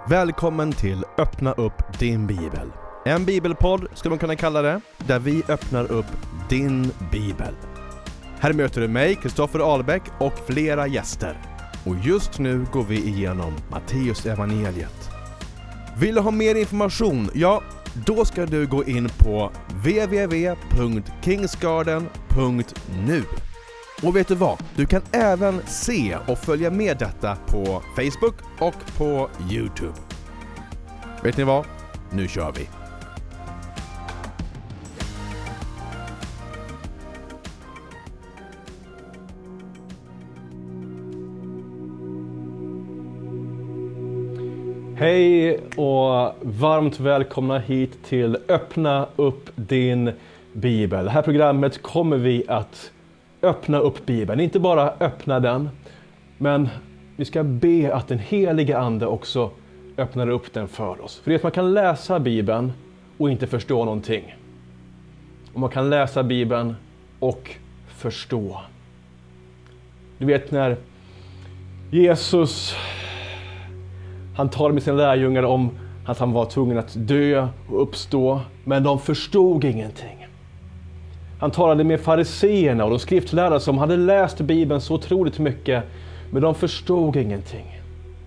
Välkommen till Öppna upp din bibel. En bibelpodd ska man kunna kalla det, där vi öppnar upp din bibel. Här möter du mig, Kristoffer Ahlbäck, och flera gäster. Och just nu går vi igenom Matteus evangeliet. Vill du ha mer information? Ja, då ska du gå in på www.kingsgarden.nu. Och vet du vad? Du kan även se och följa med detta på Facebook och på YouTube. Vet ni vad? Nu kör vi! Hej och varmt välkomna hit till Öppna upp din bibel. Det här programmet kommer vi att öppna upp Bibeln. Inte bara öppna den, men vi ska be att den heliga ande också öppnar upp den för oss. För det är att man kan läsa Bibeln och inte förstå någonting. Och man kan läsa Bibeln och förstå. Du vet när Jesus, han talade med sina lärjungar om att han var tvungen att dö och uppstå, men de förstod ingenting. Han talade med fariseerna och de skriftlärare som hade läst Bibeln så otroligt mycket, men de förstod ingenting.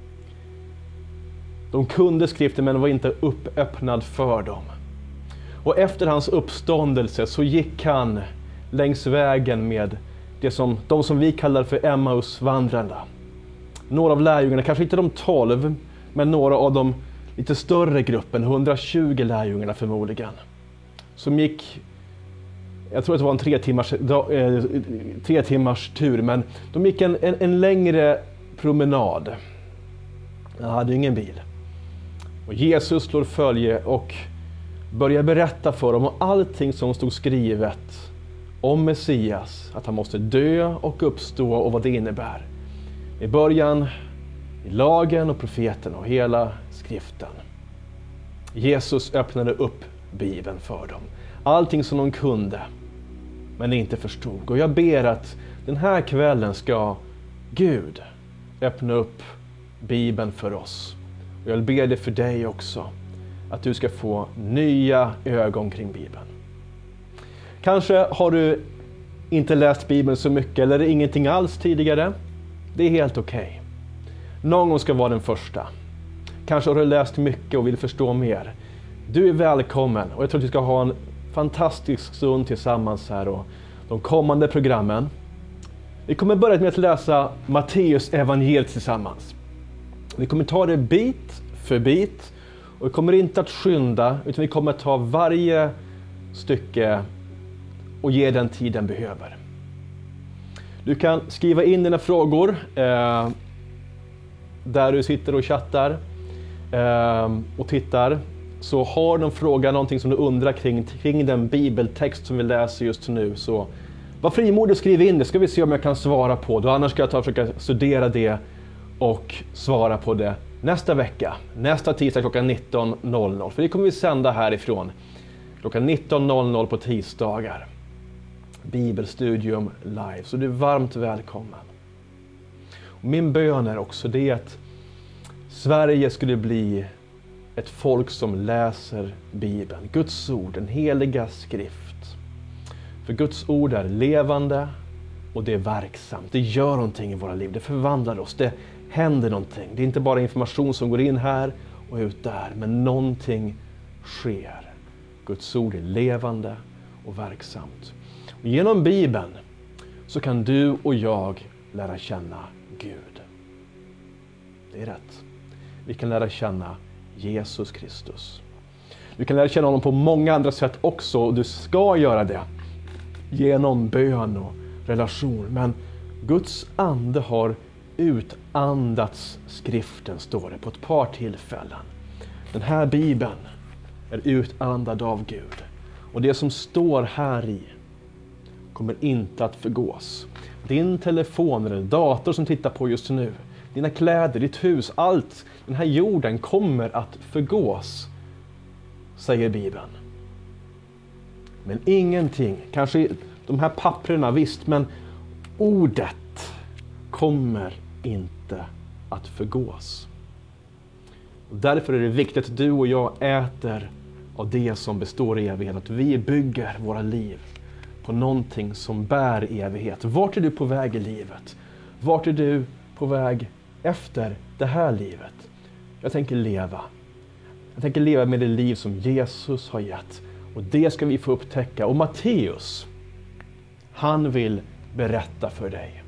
De kunde skriften, men var inte öppnad för dem. Och efter hans uppståndelse så gick han längs vägen med de som vi kallar för Emmausvandrarna. Några av lärjungarna, kanske inte de 12, men några av de lite större gruppen, 120 lärjungarna förmodligen, som gick, jag tror att det var en 3 timmars tur, men de gick en längre promenad. Han hade ingen bil. Och Jesus slår följe och börjar berätta för dem om allting som stod skrivet om Messias, att han måste dö och uppstå och vad det innebär. I början, i lagen och profeten och hela skriften. Jesus öppnade upp Bibeln för dem. Allting som de kunde, men inte förstod. Och jag ber att den här kvällen ska Gud öppna upp Bibeln för oss. Och jag ber det för dig också, att du ska få nya ögon kring Bibeln. Kanske har du inte läst Bibeln så mycket eller ingenting alls tidigare. Det är helt okej. Någon gång ska vara den första. Kanske har du läst mycket och vill förstå mer. Du är välkommen, och jag tror att vi ska ha en fantastisk stund tillsammans här och de kommande programmen. Vi kommer börja med att läsa Matteus evangeliet tillsammans. Vi kommer ta det bit för bit, och vi kommer inte att skynda, utan vi kommer att ta varje stycke och ge den tid den behöver. Du kan skriva in dina frågor där du sitter och chattar och tittar. Så har de frågat någonting som du undrar kring den bibeltext som vi läser just nu, så var frimodig och skriv in det, ska vi se om jag kan svara på det. Annars ska jag försöka studera det och svara på det nästa vecka, nästa tisdag klockan 19.00. För det kommer vi sända härifrån klockan 19.00 på tisdagar. Bibelstudium live, så du är varmt välkommen. Och min bön är också det att Sverige skulle bli ett folk som läser Bibeln, Guds ord, den heliga skrift. För Guds ord är levande och det är verksamt. Det gör någonting i våra liv, det förvandlar oss, det händer någonting. Det är inte bara information som går in här och ut där, men någonting sker. Guds ord är levande och verksamt. Och genom Bibeln så kan du och jag lära känna Gud. Det är rätt. Vi kan lära känna Jesus Kristus. Du kan lära känna honom på många andra sätt också, och du ska göra det genom bön och relation. Men Guds ande har utandats skriften, står det på ett par tillfällen. Den här Bibeln är utandad av Gud. Och det som står här i kommer inte att förgås. Din telefon eller dator som tittar på just nu, dina kläder, ditt hus, allt, den här jorden kommer att förgås, säger Bibeln. Men ingenting, kanske de här papperna visst, men ordet kommer inte att förgås. Och därför är det viktigt att du och jag äter av det som består i evighet. Att vi bygger våra liv på någonting som bär evighet. Vart är du på väg i livet? Vart är du på väg efter det här livet? Jag tänker leva. Jag tänker leva med det liv som Jesus har gett. Och det ska vi få upptäcka. Och Matteus, han vill berätta för dig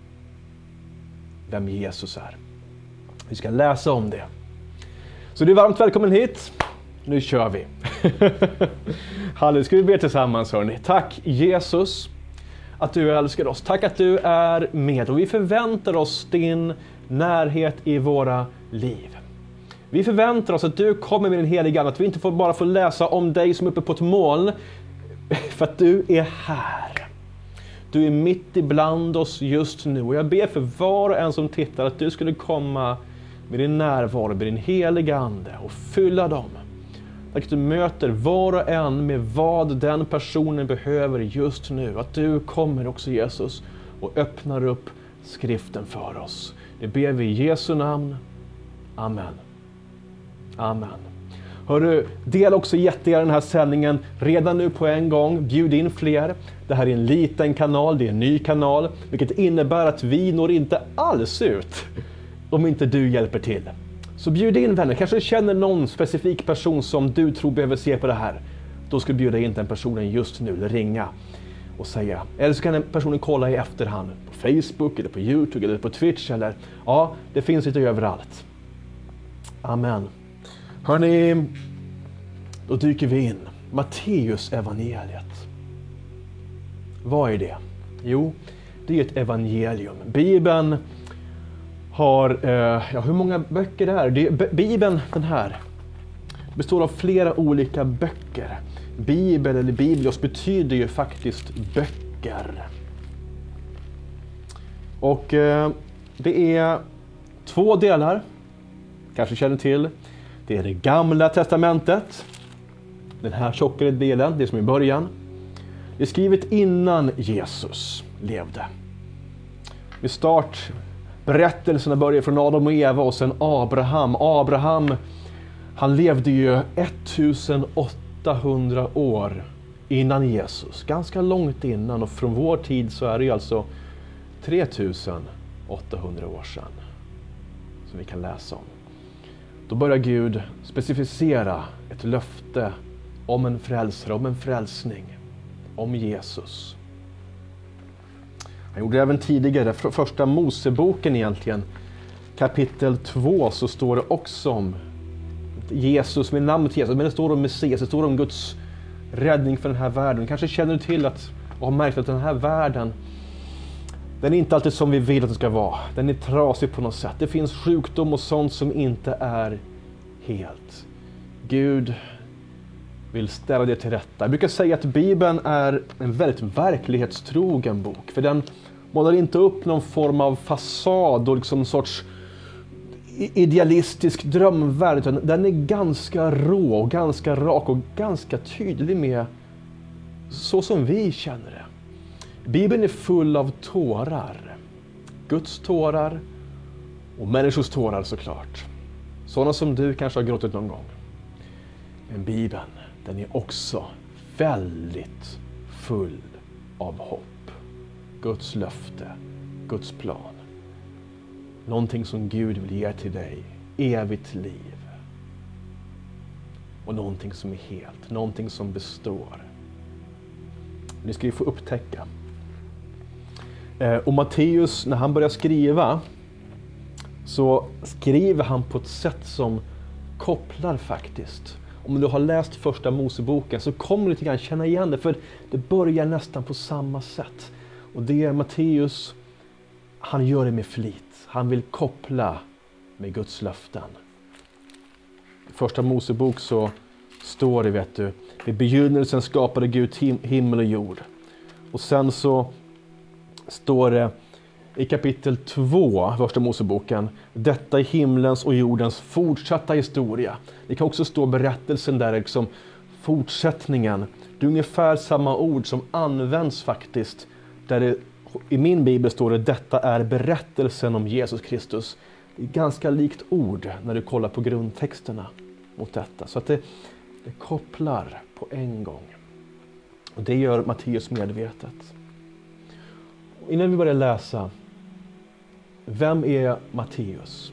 vem Jesus är. Vi ska läsa om det. Så du är varmt välkommen hit. Nu kör vi. Halleluja, ska vi be tillsammans hörni. Tack Jesus att du älskar oss. Tack att du är med. Och vi förväntar oss din närhet i våra liv. Vi förväntar oss att du kommer med din heliga Ande. Att vi inte bara får läsa om dig som är uppe på ett moln. För att du är här. Du är mitt ibland oss just nu. Och jag ber för var och en som tittar att du skulle komma med din närvaro, med din heliga Ande och fylla dem. Tack att du möter var och en med vad den personen behöver just nu. Att du kommer också Jesus och öppnar upp skriften för oss. Det ber vi i Jesu namn. Amen. Amen. Hörru, del också jättegärna den här sändningen redan nu på en gång. Bjud in fler. Det här är en liten kanal, det är en ny kanal. Vilket innebär att vi når inte alls ut om inte du hjälper till. Så bjud in vänner. Kanske du känner någon specifik person som du tror behöver se på det här. Då ska du bjuda in den personen just nu eller ringa och säga. Eller så kan den personen kolla i efterhand på Facebook eller på YouTube eller på Twitch. Eller, ja, det finns lite överallt. Amen. Hörrni, då dyker vi in. Matteus evangeliet. Vad är det? Jo, det är ett evangelium. Bibeln har, hur många böcker det är? Bibeln, den här, består av flera olika böcker. Bibel eller Biblios betyder ju faktiskt böcker. Och det är 2 delar. Kanske känner till. Det är det gamla testamentet. Den här tjockare delen, det som är i början. Det är skrivet innan Jesus levde. Vid start, berättelserna börjar från Adam och Eva och sen Abraham. Abraham, han levde ju 1800 år innan Jesus. Ganska långt innan, och från vår tid så är det ju alltså 3800 år sedan som vi kan läsa om. Då börjar Gud specificera ett löfte om en frälsare, om en frälsning, om Jesus. Han gjorde det även tidigare, första Moseboken egentligen, kapitel 2, så står det också om Jesus, med namnet Jesus, men det står om Messias, det står om Guds räddning för den här världen. Kanske känner du till att, och har märkt att den här världen, den är inte alltid som vi vill att den ska vara. Den är trasig på något sätt. Det finns sjukdom och sånt som inte är helt. Gud vill ställa det till rätta. Jag brukar säga att Bibeln är en väldigt verklighetstrogen bok. För den målar inte upp någon form av fasad och liksom en sorts idealistisk drömvärld. Utan den är ganska rå, ganska rak och ganska tydlig med så som vi känner det. Bibeln är full av tårar. Guds tårar och människors tårar såklart. Sådana som du kanske har gråtit någon gång. Men Bibeln, den är också väldigt full av hopp. Guds löfte, Guds plan. Någonting som Gud vill ge till dig. Evigt liv. Och någonting som är helt. Någonting som består. Det ska vi få upptäcka. Och Matteus, när han börjar skriva, så skriver han på ett sätt som kopplar faktiskt. Om du har läst första Moseboken så kommer du lite grann känna igen det, för det börjar nästan på samma sätt. Och det är Matteus, han gör det med flit. Han vill koppla med Guds löften. I första Mosebok så står det, vet du, vid begynnelsen skapade Gud himmel och jord. Och sen så står det i kapitel 2, första Moseboken, detta är himlens och jordens fortsatta historia. Det kan också stå berättelsen där, liksom fortsättningen. Det är ungefär samma ord som används faktiskt. Där det, i min bibel står det, detta är berättelsen om Jesus Kristus. är ganska likt ord när du kollar på grundtexterna mot detta. Så att det kopplar på en gång. Och det gör Matteus medvetet. Och innan vi börjar läsa, vem är Matteus?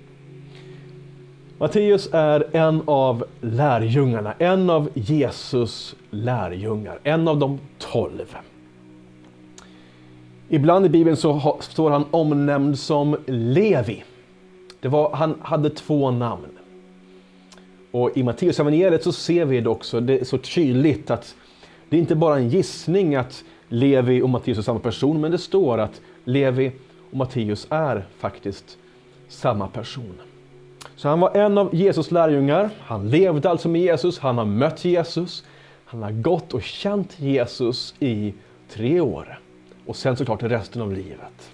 Matteus är en av lärjungarna, en av Jesus lärjungar, en av de 12. Ibland i Bibeln så står han omnämnd som Levi. Han hade 2 namn. Och i Matteus evangeliet så ser vi det också, det är så tydligt att det är inte bara en gissning att Levi och Matteus är samma person, men det står att Levi och Matteus är faktiskt samma person. Så han var en av Jesus lärjungar, han levde alltså med Jesus, han har mött Jesus, han har gått och känt Jesus i 3 år. Och sen såklart resten av livet.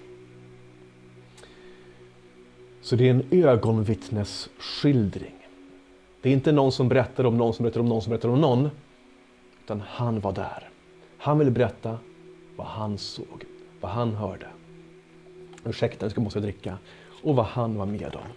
Så det är en ögonvittnesskildring. Det är inte någon som berättar om någon som berättar om någon som berättar om någon. Utan han var där. Han ville berätta vad han såg, vad han hörde. Ursäkta, jag måste dricka. Och vad han var med om.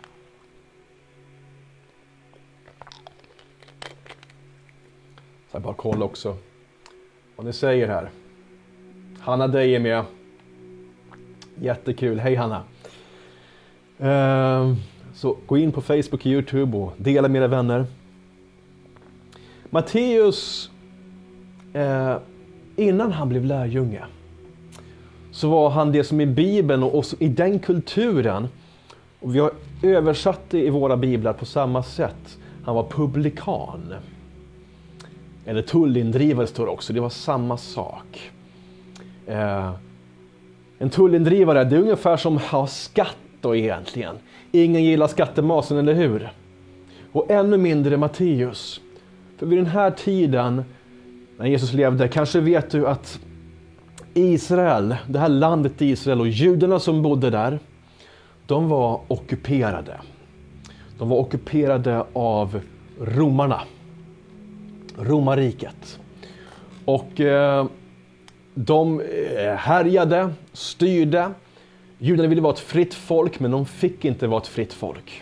Så jag bara kolla också vad ni säger här. Hanna Deje med. Jättekul. Hej Hanna. Så gå in på Facebook och YouTube och dela med era vänner. Matteus, innan han blev lärjunge, så var han det som i Bibeln och i den kulturen, och vi har översatt det i våra biblar på samma sätt. Han var publikan. Eller tullindrivare står det också. Det var samma sak. En tullindrivare, det är ungefär som ha skatt då egentligen. Ingen gillar skattemasen, eller hur? Och ännu mindre Matteus. För vid den här tiden när Jesus levde, kanske vet du att Israel, det här landet Israel och judarna som bodde där, de var ockuperade. De var ockuperade av romarna. Romarriket. Och de härjade, styrde. Judarna ville vara ett fritt folk, men de fick inte vara ett fritt folk.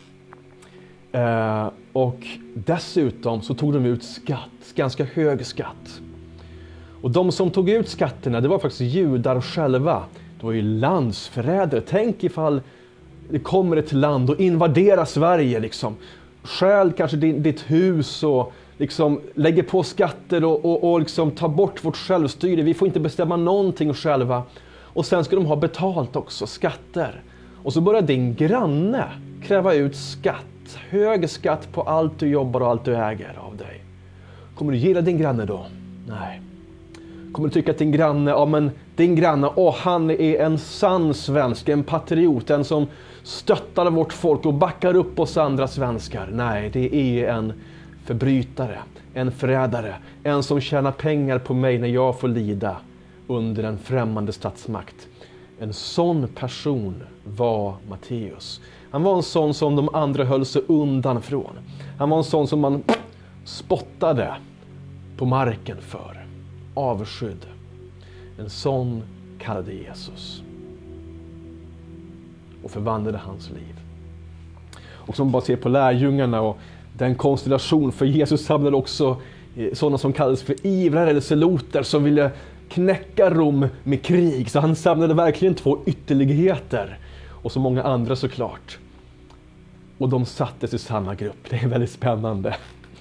Och dessutom så tog de ut skatt, ganska hög skatt. Och de som tog ut skatterna, det var faktiskt judar själva. Det var ju landsförrädare. Tänk ifall det kommer ett land och invaderar Sverige liksom. Stjäl kanske ditt hus och liksom lägger på skatter och liksom tar bort vårt självstyre. Vi får inte bestämma någonting själva. Och sen ska de ha betalt också, skatter. Och så börjar din granne kräva ut skatt. Hög skatt på allt du jobbar och allt du äger av dig. Kommer du gilla din granne då? Nej. Kommer du tycka att din granne, han är en sann svensk, en patriot, en som stöttar vårt folk och backar upp oss andra svenskar? Nej, det är en förbrytare, en förrädare, en som tjänar pengar på mig när jag får lida under en främmande statsmakt. En sån person var Matteus. Han var en sån som de andra höll sig undan från. Han var en sån som man spottade på marken för. Avskydd. En sån kallade Jesus. Och förvandlade hans liv. Och som bara ser på lärjungarna och den konstellation, för Jesus samlade också sådana som kallades för ivrare eller seloter som ville knäcka Rom med krig. Så han samlade verkligen 2 ytterligheter. Och så många andra såklart. Och de sattes i samma grupp. Det är väldigt spännande.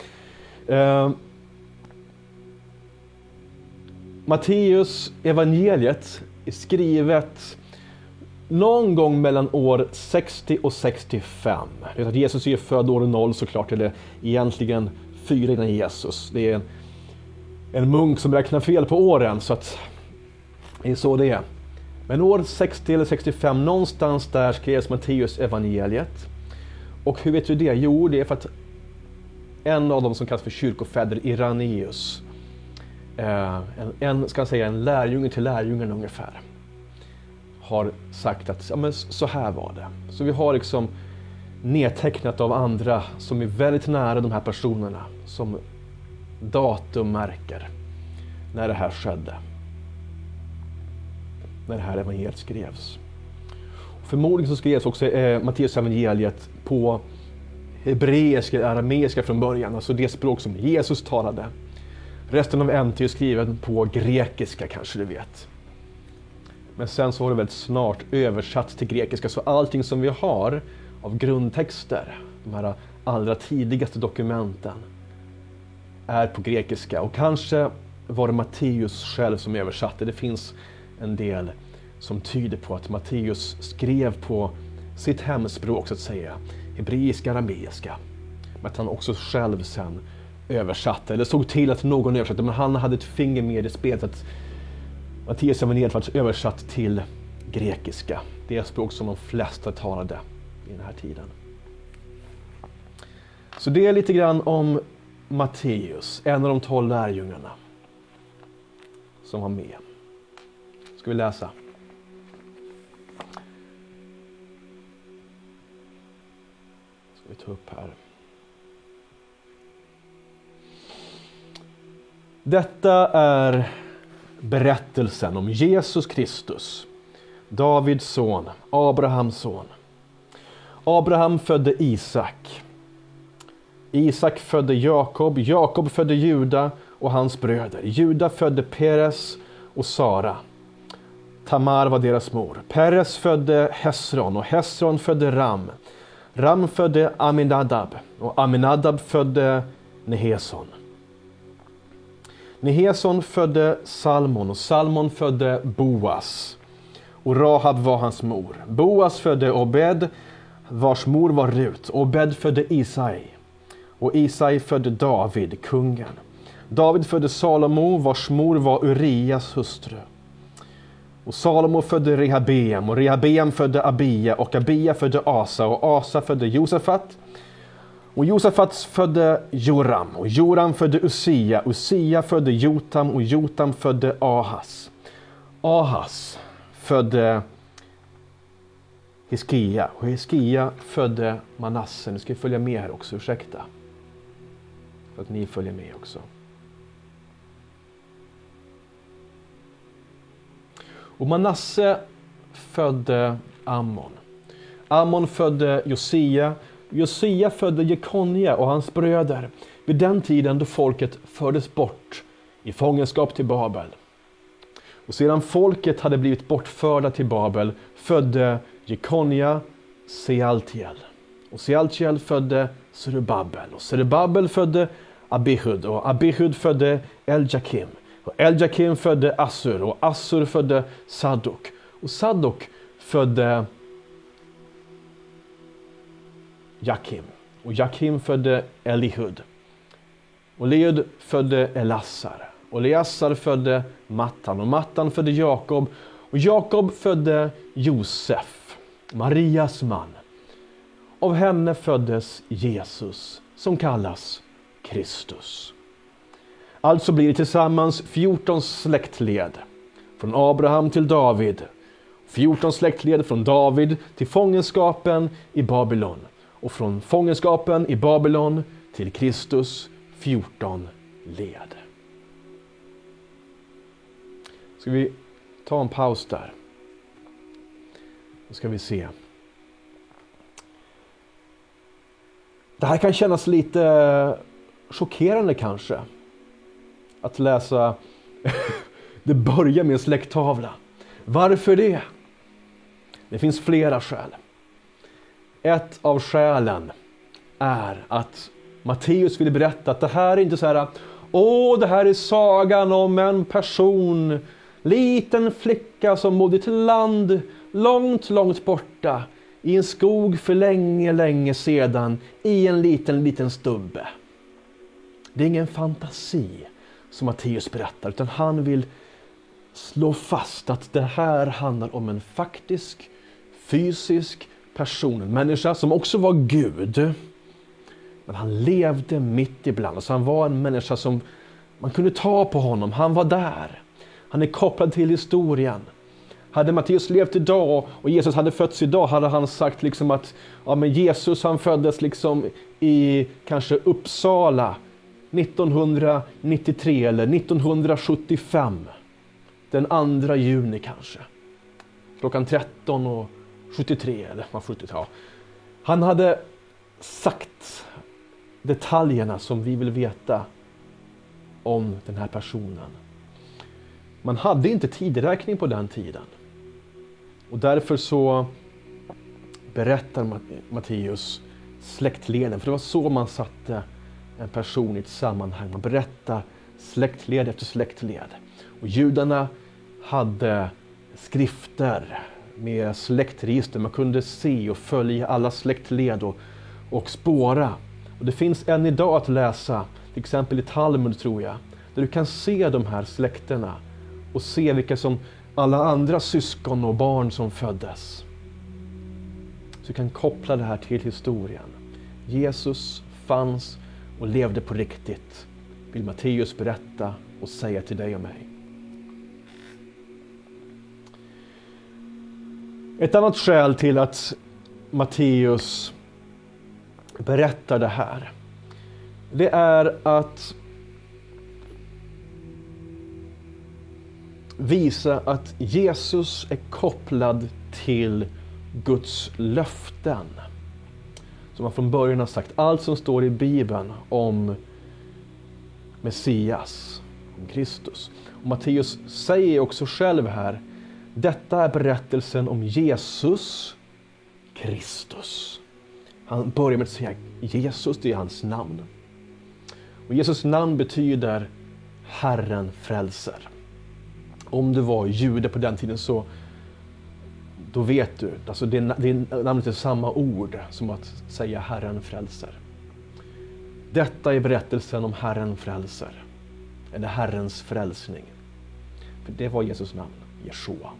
Matteus evangeliet är skrivet någon gång mellan år 60 och 65. Det är att Jesus är född år 0 såklart, eller egentligen 4 innan Jesus. Det är en munk som räknar fel på åren, så att det är så det är. Men år 60 eller 65, någonstans där skrevs Matteus evangeliet. Och hur vet vi det? Jo, det är för att en av dem som kallas för kyrkofäder, Irenaeus, en lärjunge till lärjungen ungefär, har sagt att så här var det. Så vi har liksom nedtecknat av andra som är väldigt nära de här personerna, som datummärker när det här skedde. När det här evangeliet skrevs. Förmodligen så skrevs också Matteus evangeliet på hebreiska eller arameiska från början, alltså det språk som Jesus talade. Resten av NT är skriven på grekiska, kanske du vet. Men sen så har det väldigt snart översatts till grekiska, så allting som vi har av grundtexter, de här allra tidigaste dokumenten, är på grekiska. Och kanske var det Matteus själv som översatte. Det finns en del som tyder på att Matteus skrev på sitt hemspråk, så att säga, hebreiska, arameiska, men att han också själv sen översatte, eller såg till att någon översatte, men han hade ett finger med i spelet att Matteus evangeliet var översatt till grekiska, det språk som de flesta talade i den här tiden. Så det är lite grann om Matteus, en av de 12 lärjungarna som var med. Ska vi läsa? Ska vi ta upp här. Detta är berättelsen om Jesus Kristus, Davids son, Abrahams son. Abraham födde Isak. Isak födde Jakob. Jakob födde Juda och hans bröder. Juda födde Peres och Sara. Tamar var deras mor. Peres födde Hesron och Hesron födde Ram. Ram födde Aminadab och Aminadab födde Neheson. Neheson födde Salmon och Salmon födde Boas. Och Rahab var hans mor. Boas födde Obed, vars mor var Rut. Obed födde Isai. Och Isai födde David, kungen. David födde Salomo, vars mor var Urias hustru. Och Salomo födde Rehabeam, och Rehabeam födde Abia, och Abia födde Asa, och Asa födde Josafat. Och Josafat födde Joram, och Joram födde Usia, Usia födde Jotam, och Jotam födde Ahas. Ahas födde Hiskia, och Hiskia födde Manasse. Nu ska vi följa med här också, ursäkta. För att ni följer med också. Och Manasse födde Ammon. Ammon födde Josia. Josia födde Jekonja och hans bröder vid den tiden då folket fördes bort i fångenskap till Babel. Och sedan folket hade blivit bortförda till Babel födde Jekonja Sealtiel. Och Sealtiel födde Zerubbabel. Och Zerubbabel födde Abihud. Och Abihud födde Eljakim. Och Eljakim födde Assur. Och Assur födde Sadok. Och Sadok födde Jakim. Och Jakim födde Elihud. Och Leud födde Elassar. Och Leassar födde Mattan. Och Mattan födde Jakob. Och Jakob födde Josef, Marias man. Av henne föddes Jesus, som kallas Kristus. Alltså blir det tillsammans 14 släktled. Från Abraham till David. 14 släktled från David till fångenskapen i Babylon. Och från fångenskapen i Babylon till Kristus 14 led. Ska vi ta en paus där? Då ska vi se. Det här kan kännas lite chockerande kanske. Att läsa det börjar med en släkttavla. Varför det? Det finns flera skäl. Ett av skälen är att Matteus vill berätta att det här är inte så här: det här är sagan om en person, liten flicka som bodde i ett land långt, långt borta i en skog för länge, länge sedan i en liten stubbe. Det är ingen fantasi som Matteus berättar, utan han vill slå fast att det här handlar om en faktisk, fysisk person, en människa som också var Gud. Men han levde mitt ibland oss. Han var en människa som man kunde ta på honom. Han var där. Han är kopplad till historien. Hade Matteus levt idag och Jesus hade fötts idag, hade han sagt liksom att men Jesus han föddes liksom i kanske Uppsala 1993 eller 1975. Den 2 juni kanske. Klockan 13 och 73 eller vad 73, ja. Han hade sagt detaljerna som vi vill veta om den här personen. Man hade inte tideräkning på den tiden. Och därför så berättar Matteus släktleden. För det var så man satte en person i ett sammanhang. Man berättar släktled efter släktled. Och judarna hade skrifter med släktregister. Man kunde se och följa alla släktled och spåra. Och det finns än idag att läsa, till exempel i Talmud tror jag, där du kan se de här släkterna och se vilka som alla andra syskon och barn som föddes. Så du kan koppla det här till historien. Jesus fanns och levde på riktigt, vill Matteus berätta och säga till dig och mig. Ett annat skäl till att Matteus berättar det här, det är att visa att Jesus är kopplad till Guds löften. Som man från början har sagt, allt som står i Bibeln om Messias, om Kristus. Och Matteus säger också själv här, detta är berättelsen om Jesus Kristus. Han börjar med att säga Jesus, det är hans namn. Och Jesus namn betyder Herren frälser. Om du var jude på den tiden så då vet du, alltså det namnet är samma ord som att säga Herren frälser. Detta är berättelsen om Herren frälser, eller Herrens frälsning. För det var Jesus namn, Jeshua.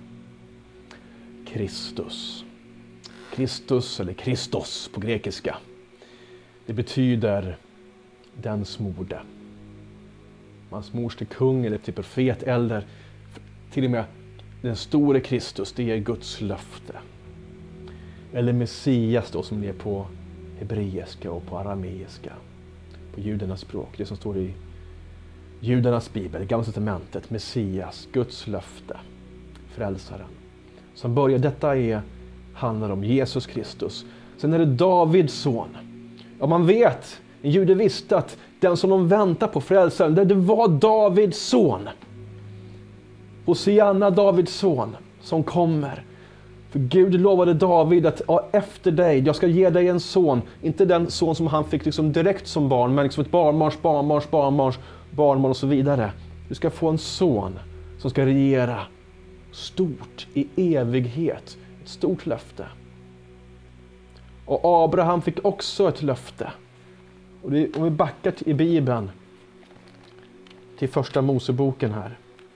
Kristus. Kristus eller Kristos på grekiska. Det betyder den smorde. Man smors till kung eller till profet eller till och med den store Kristus, det är Guds löfte. Eller Messias då som är på hebreiska och på arameiska. På judarnas språk, det som står i judarnas bibel, Gamla testamentet, Messias, Guds löfte, frälsaren. Som börjar, detta handlar om Jesus Kristus. Sen är det Davids son. Ja, man vet, en jude visste att den som de väntar på, frälsaren, det var Davids son. Hosianna, Davids son, som kommer. För Gud lovade David att efter dig, jag ska ge dig en son. Inte den son som han fick liksom direkt som barn, men liksom ett barnbarn och så vidare. Du ska få en son som ska regera stort i evighet. Ett stort löfte. Och Abraham fick också ett löfte. Och om vi backar i Bibeln till första Moseboken här.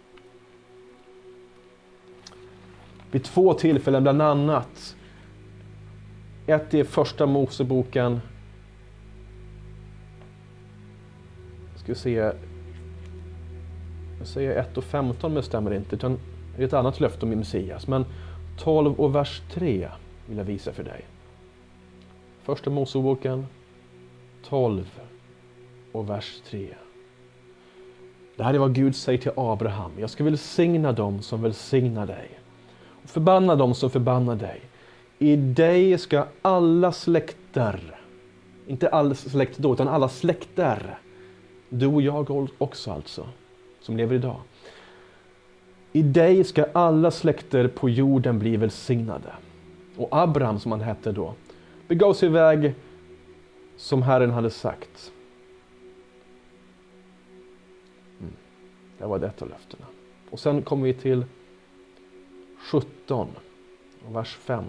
Vid 2 tillfällen bland annat. Ett är första Moseboken. Ska vi se. Jag säger 1 och 15 men det stämmer inte. Utan det är ett annat löfte om Messias. Men 12 och vers 3 vill jag visa för dig. Första Moseboken 12 och vers 3. Det här är vad Gud säger till Abraham. Jag ska välsigna dem som välsignar dig. Och förbanna dem som förbannar dig. I dig ska alla släkter, inte alla släkt då, utan alla släkter, du och jag också alltså, som lever idag. I dig ska alla släkter på jorden bli välsignade. Och Abraham, som han hette då, begav sig iväg som Herren hade sagt. Det var detta löftena. Och sen kommer vi till 17 och vers 5.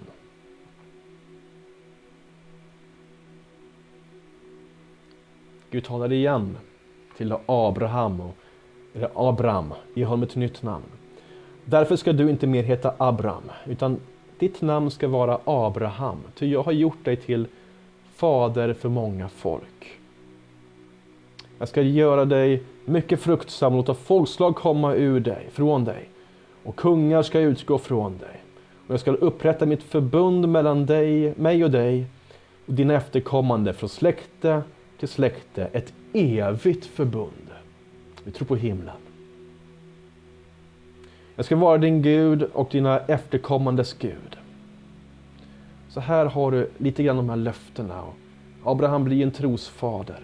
Gud talade igen till Abraham, eller Abram, ge honom ett nytt namn. Därför ska du inte mer heta Abram, utan ditt namn ska vara Abraham. Ty jag har gjort dig till fader för många folk. Jag ska göra dig mycket fruktsam och låta folkslag komma ur dig, från dig. Och kungar ska utgå från dig. Och jag ska upprätta mitt förbund mellan mig och dig och dina efterkommande från släkte till släkte. Ett evigt förbund. Vi tror på himlen. Jag ska vara din Gud och dina efterkommandes Gud. Så här har du lite grann de här löftena. Abraham blir en trosfader.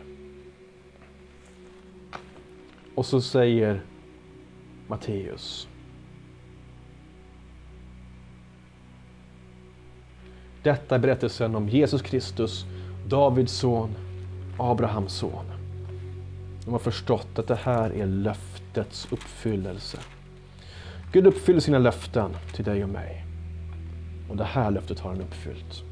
Och så säger Matteus: detta är berättelsen om Jesus Kristus, Davids son, Abrahams son. De har förstått att det här är löftets uppfyllelse. Gud uppfyller sina löften till dig och mig. Och det här löftet har han uppfyllt.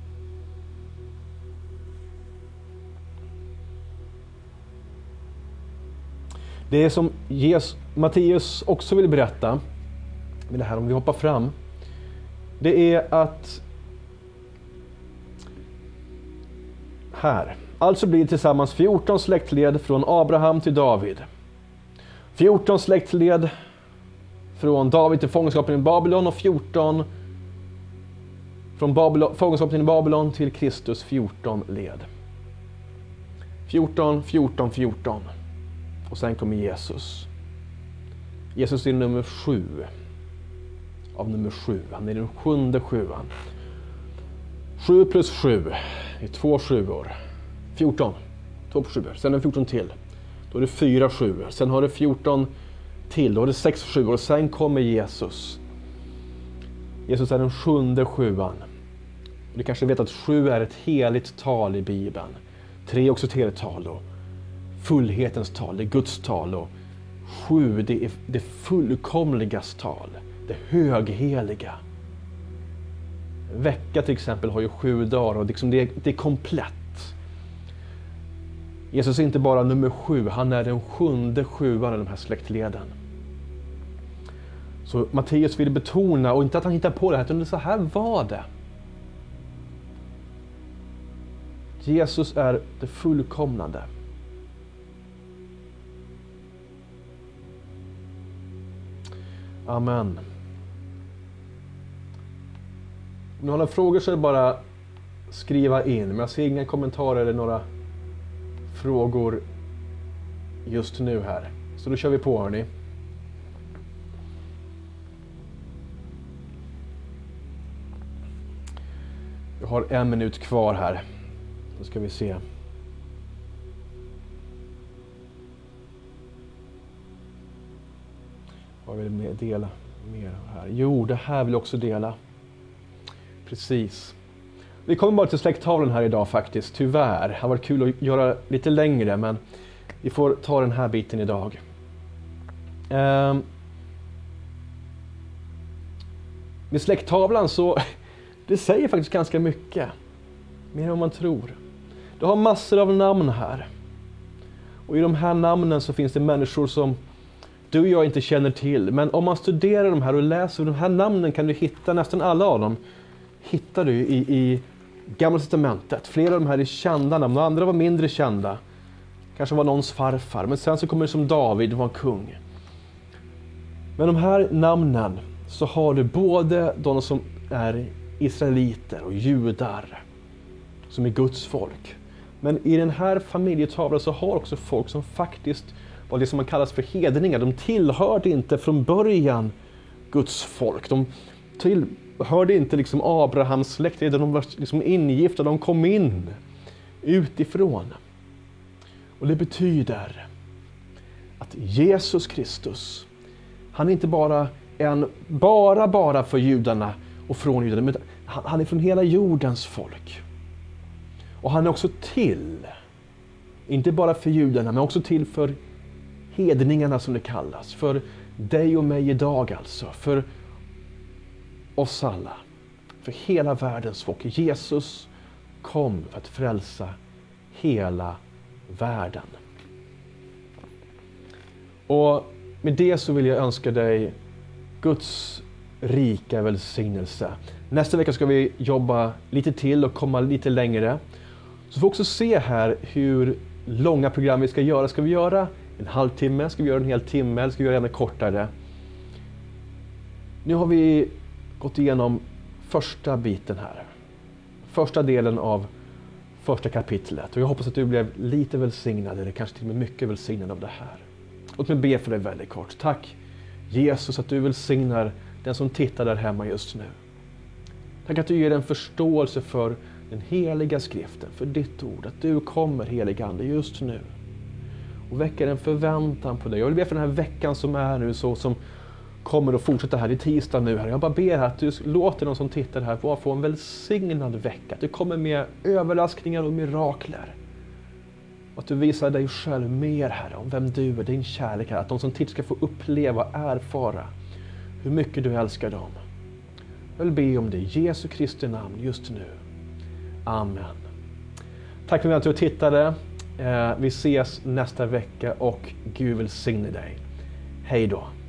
Det är som Matteus också vill berätta med det här, om vi hoppar fram. Det är att här, alltså blir det tillsammans 14 släktled från Abraham till David. 14 släktled från David till fångenskapen i Babylon och 14 från fångenskapen i Babylon till Kristus, 14 led. 14, 14, 14. Och sen kommer Jesus. Jesus är nummer 7 av nummer 7. Han är den 7:e sjuan. 7 plus 7 är 2 sjuor. 14. 2 på 7. Sen är det 14 till. Då är det 4 sjuor. Sen har det 14 till. Då är det 6 sjuor. Sen kommer Jesus. Jesus är den 7:e sjuan. Du kanske vet att 7 är ett heligt tal i Bibeln. 3 är också ett heligt tal då. Fullhetens tal, det är Guds tal, och 7, det är det fullkomligas tal, det högheliga. En vecka till exempel har ju 7 dagar och liksom det är komplett. Jesus är inte bara nummer 7, han är den 7:e sjuan i de här släktleden. Så Matteus vill betona, och inte att han hittar på det här, utan så här var det. Jesus är det fullkomnade. Amen. Om ni har några frågor så är det bara skriva in. Men jag ser inga kommentarer eller några frågor just nu här. Så då kör vi på, hörni. Jag har 1 minut kvar här. Då ska vi se. Vad vill jag dela mer här? Jo, det här vill jag också dela. Precis. Vi kommer bara till släkttavlan här idag faktiskt, tyvärr. Det har varit kul att göra lite längre, men vi får ta den här biten idag. Med släkttavlan så, det säger faktiskt ganska mycket. Mer än vad man tror. Det har massor av namn här. Och i de här namnen så finns det människor som du och jag inte känner till. Men om man studerar de här och läser de här namnen kan du hitta, nästan alla av dem hittar du i Gamla testamentet. Flera av de här är kända namn och andra var mindre kända. Kanske var någons farfar. Men sen så kommer det som David, var en kung. Men de här namnen så har du både de som är israeliter och judar som är Guds folk. Men i den här familjetavlan så har också folk som faktiskt var det som man kallas för hedningar. De tillhörde inte från början Guds folk. De tillhörde inte liksom Abrahams släkt, utan de var liksom ingifta. De kom in utifrån. Och det betyder att Jesus Kristus, han är inte bara bara för judarna och från judarna, men han är från hela jordens folk. Och han är också till, inte bara för judarna, men också till för hedningarna som det kallas. För dig och mig idag alltså. För oss alla. För hela världens folk. Jesus kom för att frälsa hela världen. Och med det så vill jag önska dig Guds rika välsignelse. Nästa vecka ska vi jobba lite till och komma lite längre. Så får vi också se här hur långa program vi ska göra. Ska vi göra en halvtimme? Ska vi göra en hel timme? Eller ska vi göra ännu kortare? Nu har vi gått igenom första biten här. Första delen av första kapitlet. Och jag hoppas att du blev lite välsignad, eller kanske till och med mycket välsignad av det här. Låt mig be för dig väldigt kort. Tack Jesus att du välsignar den som tittar där hemma just nu. Tack att du ger en förståelse för den heliga skriften, för ditt ord. Att du kommer, heliga Ande, just nu. Och väcker en förväntan på dig. Jag vill be för den här veckan som är nu, så som kommer att fortsätta här i tisdag nu. Här. Jag bara ber att du låter de som tittar här bara få en välsignad vecka. Att du kommer med överraskningar och mirakler. Och att du visar dig själv mer, Herre, om vem du är, din kärlek är. Att de som tittar ska få uppleva och erfara hur mycket du älskar dem. Jag vill be om det i Jesu Kristi namn just nu. Amen. Tack för att du tittade. Vi ses nästa vecka och Gud välsigne dig. Hej då.